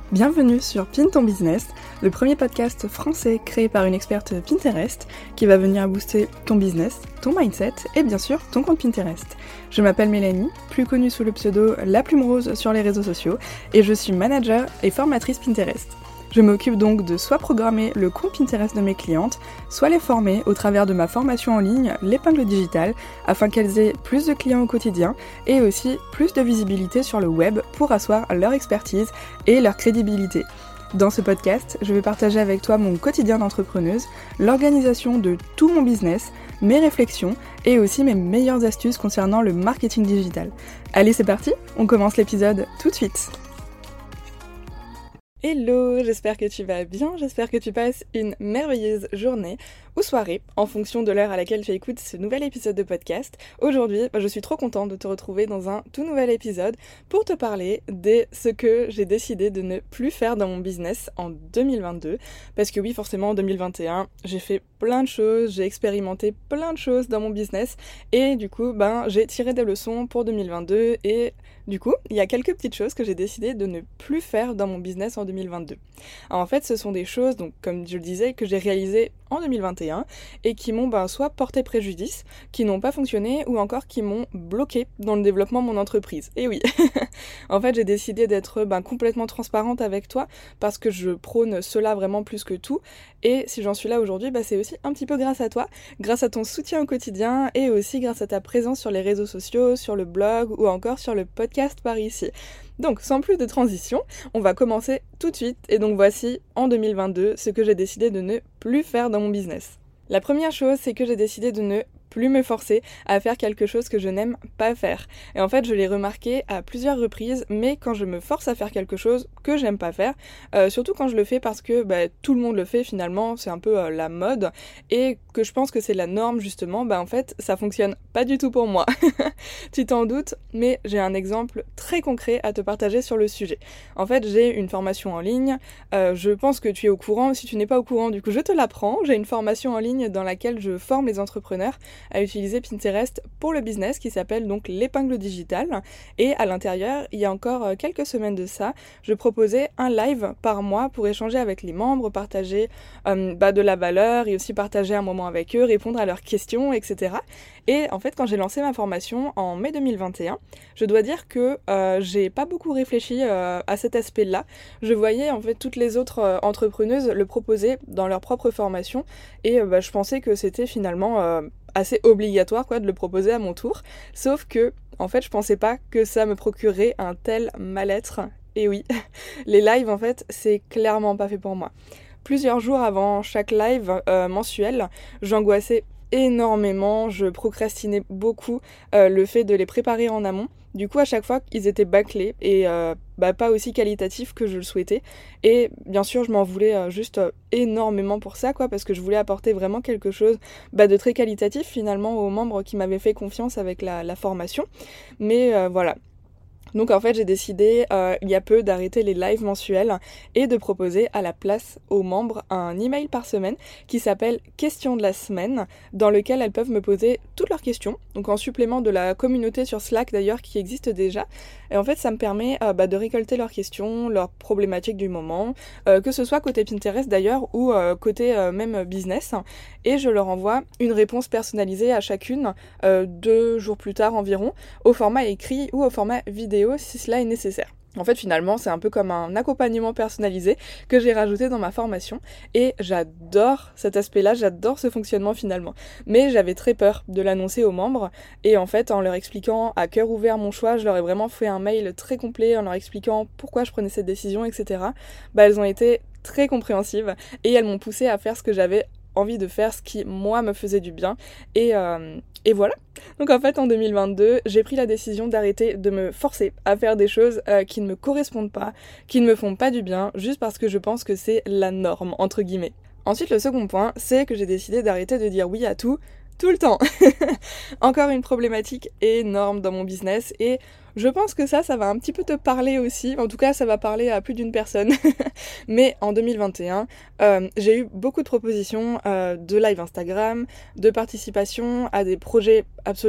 Bienvenue sur Pin ton business, le premier podcast français créé par une experte Pinterest qui va venir booster ton business, ton mindset et bien sûr ton compte Pinterest. Je m'appelle Mélanie, plus connue sous le pseudo La Plume Rose sur les réseaux sociaux et je suis manager et formatrice Pinterest. Je m'occupe donc de soit programmer le compte Pinterest de mes clientes, soit les former au travers de ma formation en ligne, l'épingle digitale, afin qu'elles aient plus de clients au quotidien et aussi plus de visibilité sur le web pour asseoir leur expertise et leur crédibilité. Dans ce podcast, je vais partager avec toi mon quotidien d'entrepreneuse, l'organisation de tout mon business, mes réflexions et aussi mes meilleures astuces concernant le marketing digital. Allez, c'est parti, on commence l'épisode tout de suite. Hello, j'espère que tu vas bien, j'espère que tu passes une merveilleuse journée ou soirée en fonction de l'heure à laquelle tu écoutes ce nouvel épisode de podcast. Aujourd'hui, je suis trop contente de te retrouver dans un tout nouvel épisode pour te parler de ce que j'ai décidé de ne plus faire dans mon business en 2022. Parce que oui, forcément en 2021, j'ai fait plein de choses, j'ai expérimenté plein de choses dans mon business et du coup, j'ai tiré des leçons pour 2022 et du coup, il y a quelques petites choses que j'ai décidé de ne plus faire dans mon business en 2022. Alors en fait, ce sont des choses, donc comme je le disais, que j'ai réalisées en 2021 et qui m'ont soit porté préjudice, qui n'ont pas fonctionné ou encore qui m'ont bloqué dans le développement de mon entreprise. Et oui, en fait, j'ai décidé d'être complètement transparente avec toi parce que je prône cela vraiment plus que tout. Et si j'en suis là aujourd'hui, c'est aussi un petit peu grâce à toi, grâce à ton soutien au quotidien et aussi grâce à ta présence sur les réseaux sociaux, sur le blog ou encore sur le podcast par ici. Donc, sans plus de transition, on va commencer tout de suite. Et donc voici, en 2022, ce que j'ai décidé de ne plus faire dans mon business. La première chose, c'est que j'ai décidé de ne plus me forcer à faire quelque chose que je n'aime pas faire. Et en fait, je l'ai remarqué à plusieurs reprises, mais quand je me force à faire quelque chose que j'aime pas faire, surtout quand je le fais parce que tout le monde le fait finalement, c'est un peu la mode, et que je pense que c'est la norme justement, en fait, ça fonctionne pas du tout pour moi. Tu t'en doutes, mais j'ai un exemple très concret à te partager sur le sujet. En fait, j'ai une formation en ligne, je pense que tu es au courant, si tu n'es pas au courant, du coup je te l'apprends, j'ai une formation en ligne dans laquelle je forme les entrepreneurs à utiliser Pinterest pour le business qui s'appelle donc l'épingle digitale. Et à l'intérieur, il y a encore quelques semaines de ça, je proposais un live par mois pour échanger avec les membres, partager de la valeur et aussi partager un moment avec eux, répondre à leurs questions, etc. Et en fait, quand j'ai lancé ma formation en mai 2021, je dois dire que j'ai pas beaucoup réfléchi à cet aspect-là. Je voyais en fait toutes les autres entrepreneuses le proposer dans leur propre formation et je pensais que c'était finalement assez obligatoire de le proposer à mon tour. Sauf que, en fait, je pensais pas que ça me procurerait un tel mal-être. Et oui, les lives, en fait, c'est clairement pas fait pour moi. Plusieurs jours avant chaque live mensuel, j'angoissais énormément, je procrastinais beaucoup le fait de les préparer en amont. Du coup, à chaque fois, ils étaient bâclés et pas aussi qualitatifs que je le souhaitais. Et bien sûr, je m'en voulais juste énormément pour ça, parce que je voulais apporter vraiment quelque chose de très qualitatif finalement aux membres qui m'avaient fait confiance avec la formation. Mais voilà. Donc en fait j'ai décidé il y a peu d'arrêter les lives mensuels et de proposer à la place aux membres un email par semaine qui s'appelle Questions de la semaine, dans lequel elles peuvent me poser toutes leurs questions, donc en supplément de la communauté sur Slack d'ailleurs qui existe déjà. Et en fait ça me permet de récolter leurs questions, leurs problématiques du moment, que ce soit côté Pinterest d'ailleurs ou côté même business, et je leur envoie une réponse personnalisée à chacune 2 jours plus tard environ, au format écrit ou au format vidéo si cela est nécessaire. En fait, finalement, c'est un peu comme un accompagnement personnalisé que j'ai rajouté dans ma formation et j'adore cet aspect-là, j'adore ce fonctionnement finalement. Mais j'avais très peur de l'annoncer aux membres et en fait, en leur expliquant à cœur ouvert mon choix, je leur ai vraiment fait un mail très complet en leur expliquant pourquoi je prenais cette décision, etc. Elles ont été très compréhensives et elles m'ont poussé à faire ce que j'avais envie de faire, ce qui moi me faisait du bien et voilà. Donc en fait en 2022 j'ai pris la décision d'arrêter de me forcer à faire des choses qui ne me correspondent pas, qui ne me font pas du bien, juste parce que je pense que c'est la norme entre guillemets. Ensuite le second point c'est que j'ai décidé d'arrêter de dire oui à tout le temps. Encore une problématique énorme dans mon business et je pense que ça va un petit peu te parler aussi, en tout cas ça va parler à plus d'une personne. Mais en 2021, j'ai eu beaucoup de propositions de live Instagram, de participation à des projets absolument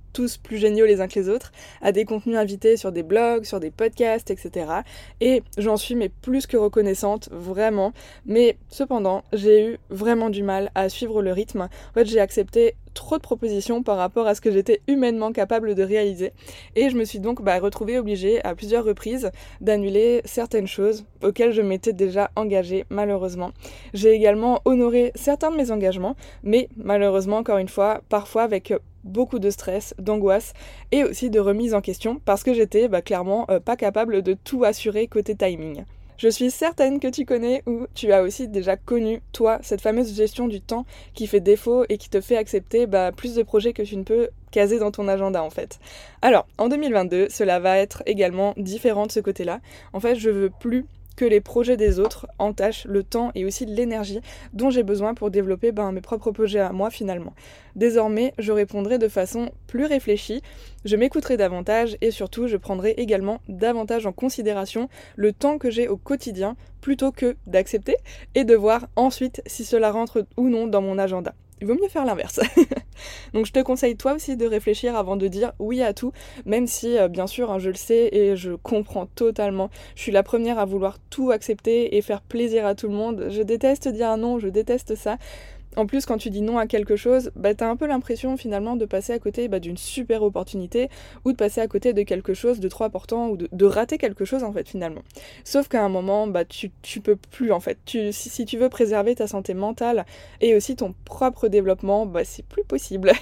tous plus géniaux les uns que les autres, à des contenus invités sur des blogs, sur des podcasts, etc. Et j'en suis mais plus que reconnaissante, vraiment. Mais cependant, j'ai eu vraiment du mal à suivre le rythme. En fait, j'ai accepté trop de propositions par rapport à ce que j'étais humainement capable de réaliser. Et je me suis donc retrouvée obligée à plusieurs reprises d'annuler certaines choses auxquelles je m'étais déjà engagée, malheureusement. J'ai également honoré certains de mes engagements, mais malheureusement, encore une fois, parfois avec beaucoup de stress, d'angoisse et aussi de remise en question parce que j'étais clairement pas capable de tout assurer côté timing. Je suis certaine que tu connais ou tu as aussi déjà connu, toi, cette fameuse gestion du temps qui fait défaut et qui te fait accepter plus de projets que tu ne peux caser dans ton agenda en fait. Alors, en 2022, cela va être également différent de ce côté-là. En fait, je veux plus que les projets des autres entachent le temps et aussi l'énergie dont j'ai besoin pour développer mes propres projets à moi finalement. Désormais, je répondrai de façon plus réfléchie, je m'écouterai davantage et surtout je prendrai également davantage en considération le temps que j'ai au quotidien plutôt que d'accepter et de voir ensuite si cela rentre ou non dans mon agenda. Il vaut mieux faire l'inverse. Donc je te conseille toi aussi de réfléchir avant de dire oui à tout, même si bien sûr je le sais et je comprends totalement. Je suis la première à vouloir tout accepter et faire plaisir à tout le monde. Je déteste dire non, je déteste ça. En plus, quand tu dis non à quelque chose, t'as un peu l'impression finalement de passer à côté d'une super opportunité ou de passer à côté de quelque chose de trop important ou de rater quelque chose en fait finalement. Sauf qu'à un moment, tu peux plus en fait. Si tu veux préserver ta santé mentale et aussi ton propre développement, c'est plus possible.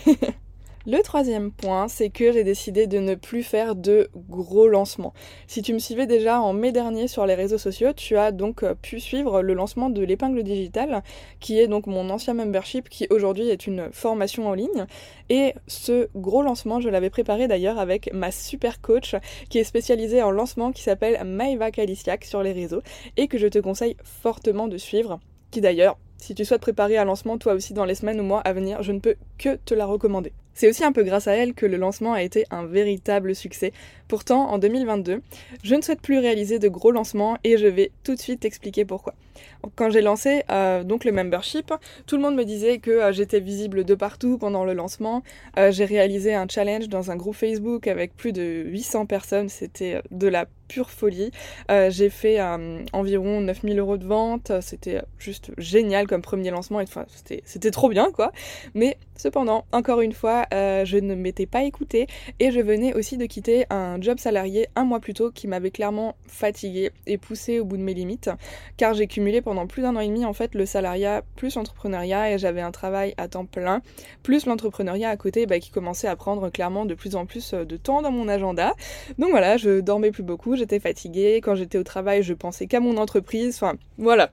Le troisième point, c'est que j'ai décidé de ne plus faire de gros lancements. Si tu me suivais déjà en mai dernier sur les réseaux sociaux, tu as donc pu suivre le lancement de l'épingle digitale, qui est donc mon ancien membership, qui aujourd'hui est une formation en ligne. Et ce gros lancement, je l'avais préparé d'ailleurs avec ma super coach, qui est spécialisée en lancement, qui s'appelle Maëva Kalisiak sur les réseaux, et que je te conseille fortement de suivre, qui d'ailleurs, si tu souhaites préparer un lancement toi aussi dans les semaines ou mois à venir, je ne peux que te la recommander. C'est aussi un peu grâce à elle que le lancement a été un véritable succès. Pourtant, en 2022, je ne souhaite plus réaliser de gros lancements et je vais tout de suite t'expliquer pourquoi. Quand j'ai lancé donc le membership, tout le monde me disait que j'étais visible de partout pendant le lancement. J'ai réalisé un challenge dans un groupe Facebook avec plus de 800 personnes, c'était de la pure folie. J'ai fait environ 9000 € de vente, c'était juste génial comme premier lancement, c'était trop bien quoi. Mais cependant, encore une fois, je ne m'étais pas écoutée et je venais aussi de quitter un job salarié un mois plus tôt qui m'avait clairement fatiguée et poussée au bout de mes limites, car j'ai cumulé pendant plus d'1 an et demi en fait le salariat plus l'entrepreneuriat et j'avais un travail à temps plein, plus l'entrepreneuriat à côté qui commençait à prendre clairement de plus en plus de temps dans mon agenda. Donc voilà, je dormais plus beaucoup, j'étais fatiguée, quand j'étais au travail je pensais qu'à mon entreprise, enfin voilà.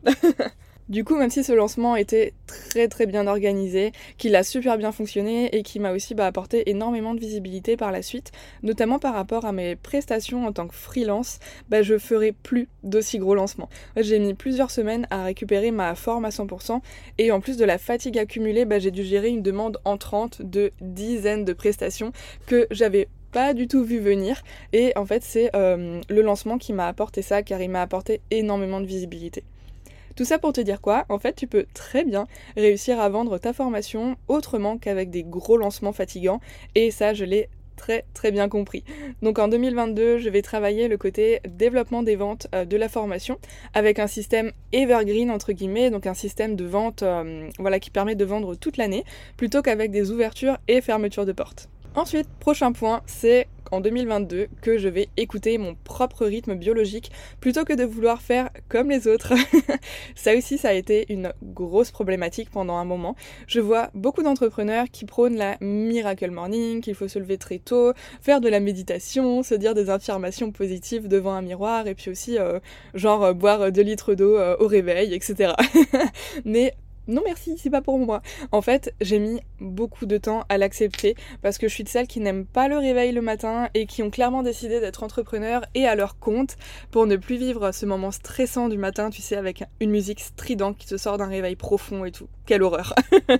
Du coup, même si ce lancement était très très bien organisé, qu'il a super bien fonctionné et qui m'a aussi apporté énormément de visibilité par la suite, notamment par rapport à mes prestations en tant que freelance, je ferai plus d'aussi gros lancements. J'ai mis plusieurs semaines à récupérer ma forme à 100% et en plus de la fatigue accumulée, j'ai dû gérer une demande entrante de dizaines de prestations que j'avais pas du tout vu venir et en fait c'est le lancement qui m'a apporté ça car il m'a apporté énormément de visibilité. Tout ça pour te dire quoi ? En fait, tu peux très bien réussir à vendre ta formation autrement qu'avec des gros lancements fatigants et ça, je l'ai très très bien compris. Donc en 2022, je vais travailler le côté développement des ventes de la formation avec un système evergreen entre guillemets, donc un système de vente qui permet de vendre toute l'année plutôt qu'avec des ouvertures et fermetures de portes. Ensuite, prochain point, c'est en 2022 que je vais écouter mon propre rythme biologique plutôt que de vouloir faire comme les autres. Ça aussi, ça a été une grosse problématique pendant un moment. Je vois beaucoup d'entrepreneurs qui prônent la miracle morning, qu'il faut se lever très tôt, faire de la méditation, se dire des affirmations positives devant un miroir et puis aussi boire 2 litres d'eau au réveil, etc. Mais non merci, c'est pas pour moi. En fait, j'ai mis beaucoup de temps à l'accepter parce que je suis de celles qui n'aiment pas le réveil le matin et qui ont clairement décidé d'être entrepreneurs et à leur compte pour ne plus vivre ce moment stressant du matin, tu sais, avec une musique stridente qui te sort d'un réveil profond et tout. Quelle horreur.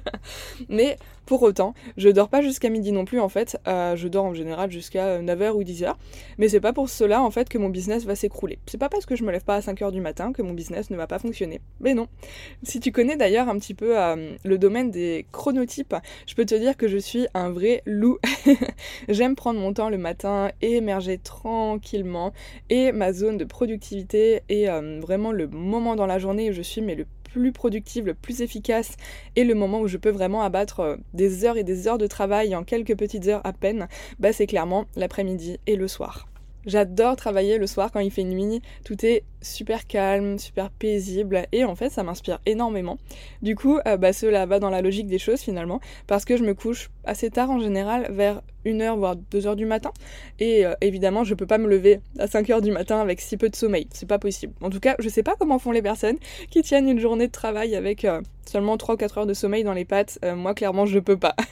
Mais pour autant, je dors pas jusqu'à midi non plus en fait, je dors en général jusqu'à 9h ou 10h, mais c'est pas pour cela en fait que mon business va s'écrouler. C'est pas parce que je me lève pas à 5h du matin que mon business ne va pas fonctionner. Mais non. Si tu connais d'ailleurs un petit peu le domaine des chronotypes, je peux te dire que je suis un vrai loup. J'aime prendre mon temps le matin et émerger tranquillement, et ma zone de productivité est vraiment le moment dans la journée où je suis le plus productive, le plus efficace, et le moment où je peux vraiment abattre des heures et des heures de travail en quelques petites heures à peine, c'est clairement l'après-midi et le soir. J'adore travailler le soir quand il fait nuit, tout est super calme, super paisible, et en fait ça m'inspire énormément. Du coup, cela va dans la logique des choses finalement, parce que je me couche assez tard en général, vers 1h voire 2h du matin, et évidemment je peux pas me lever à 5h du matin avec si peu de sommeil, c'est pas possible. En tout cas, je sais pas comment font les personnes qui tiennent une journée de travail avec seulement 3 ou 4 heures de sommeil dans les pattes, moi clairement je peux pas.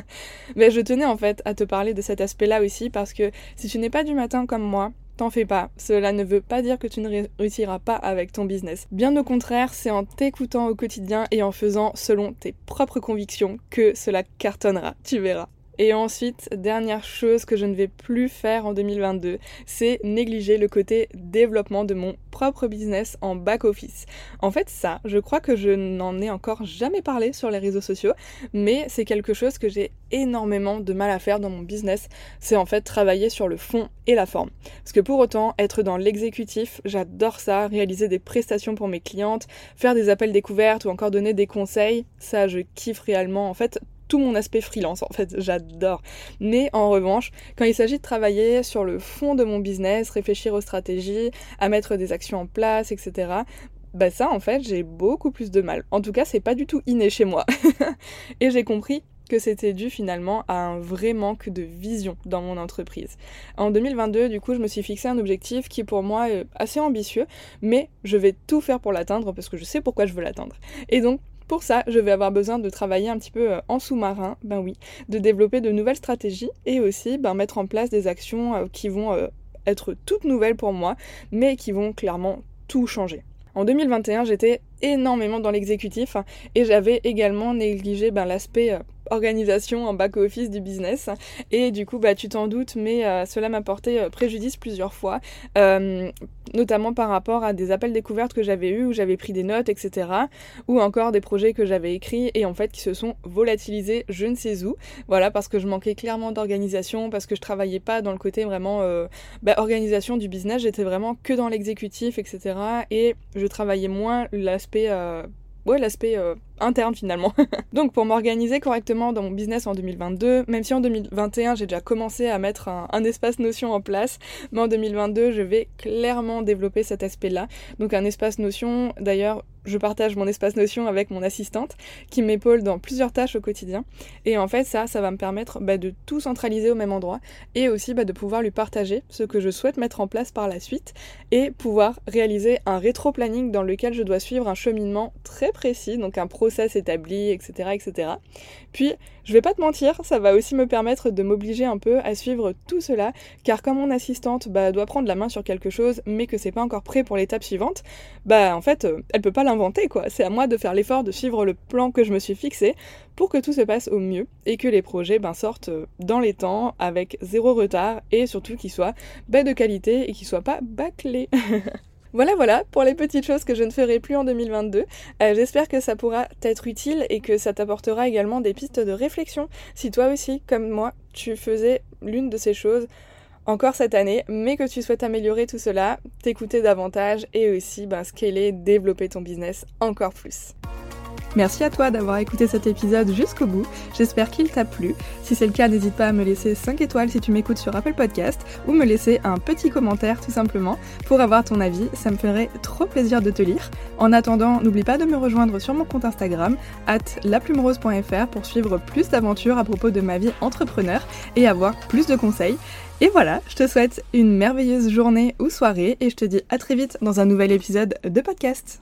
Mais je tenais en fait à te parler de cet aspect-là aussi, parce que si tu n'es pas du matin comme moi, t'en fais pas, cela ne veut pas dire que tu ne réussiras pas avec ton business. Bien au contraire, c'est en t'écoutant au quotidien et en faisant selon tes propres convictions que cela cartonnera, tu verras. Et ensuite, dernière chose que je ne vais plus faire en 2022, c'est négliger le côté développement de mon propre business en back-office. En fait, ça, je crois que je n'en ai encore jamais parlé sur les réseaux sociaux, mais c'est quelque chose que j'ai énormément de mal à faire dans mon business, c'est en fait travailler sur le fond et la forme. Parce que pour autant, être dans l'exécutif, j'adore ça, réaliser des prestations pour mes clientes, faire des appels découvertes ou encore donner des conseils, ça je kiffe réellement. En fait, tout mon aspect freelance, en fait, j'adore. Mais en revanche, quand il s'agit de travailler sur le fond de mon business, réfléchir aux stratégies, à mettre des actions en place, etc., ça, en fait, j'ai beaucoup plus de mal. En tout cas, c'est pas du tout inné chez moi. Et j'ai compris que c'était dû finalement à un vrai manque de vision dans mon entreprise. En 2022, du coup, je me suis fixé un objectif qui pour moi est assez ambitieux, mais je vais tout faire pour l'atteindre parce que je sais pourquoi je veux l'atteindre. Et donc, pour ça, je vais avoir besoin de travailler un petit peu en sous-marin, de développer de nouvelles stratégies et aussi mettre en place des actions qui vont être toutes nouvelles pour moi, mais qui vont clairement tout changer. En 2021, j'étais énormément dans l'exécutif et j'avais également négligé l'aspect organisation en back-office du business, et du coup tu t'en doutes, mais cela m'a porté préjudice plusieurs fois, notamment par rapport à des appels découvertes que j'avais eus où j'avais pris des notes, etc., ou encore des projets que j'avais écrits et en fait qui se sont volatilisés je ne sais où, voilà, parce que je manquais clairement d'organisation, parce que je travaillais pas dans le côté vraiment organisation du business, j'étais vraiment que dans l'exécutif, etc., et je travaillais moins l'aspect interne finalement. Donc pour m'organiser correctement dans mon business en 2022, même si en 2021 j'ai déjà commencé à mettre un espace Notion en place, mais en 2022 je vais clairement développer cet aspect-là. Donc un espace Notion, d'ailleurs je partage mon espace Notion avec mon assistante qui m'épaule dans plusieurs tâches au quotidien, et en fait ça va me permettre de tout centraliser au même endroit et aussi de pouvoir lui partager ce que je souhaite mettre en place par la suite et pouvoir réaliser un rétro-planning dans lequel je dois suivre un cheminement très précis, donc un process établi, etc., etc. Puis, je vais pas te mentir, ça va aussi me permettre de m'obliger un peu à suivre tout cela, car quand mon assistante doit prendre la main sur quelque chose, mais que c'est pas encore prêt pour l'étape suivante, en fait, elle peut pas l'inventer, quoi. C'est à moi de faire l'effort de suivre le plan que je me suis fixé pour que tout se passe au mieux et que les projets sortent dans les temps, avec zéro retard, et surtout qu'ils soient de qualité et qu'ils soient pas bâclés. Voilà pour les petites choses que je ne ferai plus en 2022. J'espère que ça pourra t'être utile et que ça t'apportera également des pistes de réflexion si toi aussi, comme moi, tu faisais l'une de ces choses encore cette année, mais que tu souhaites améliorer tout cela, t'écouter davantage et aussi scaler, développer ton business encore plus. Merci à toi d'avoir écouté cet épisode jusqu'au bout, j'espère qu'il t'a plu. Si c'est le cas, n'hésite pas à me laisser 5 étoiles si tu m'écoutes sur Apple Podcast ou me laisser un petit commentaire tout simplement pour avoir ton avis, ça me ferait trop plaisir de te lire. En attendant, n'oublie pas de me rejoindre sur mon compte Instagram @laplumerose.fr pour suivre plus d'aventures à propos de ma vie entrepreneur et avoir plus de conseils. Et voilà, je te souhaite une merveilleuse journée ou soirée et je te dis à très vite dans un nouvel épisode de podcast.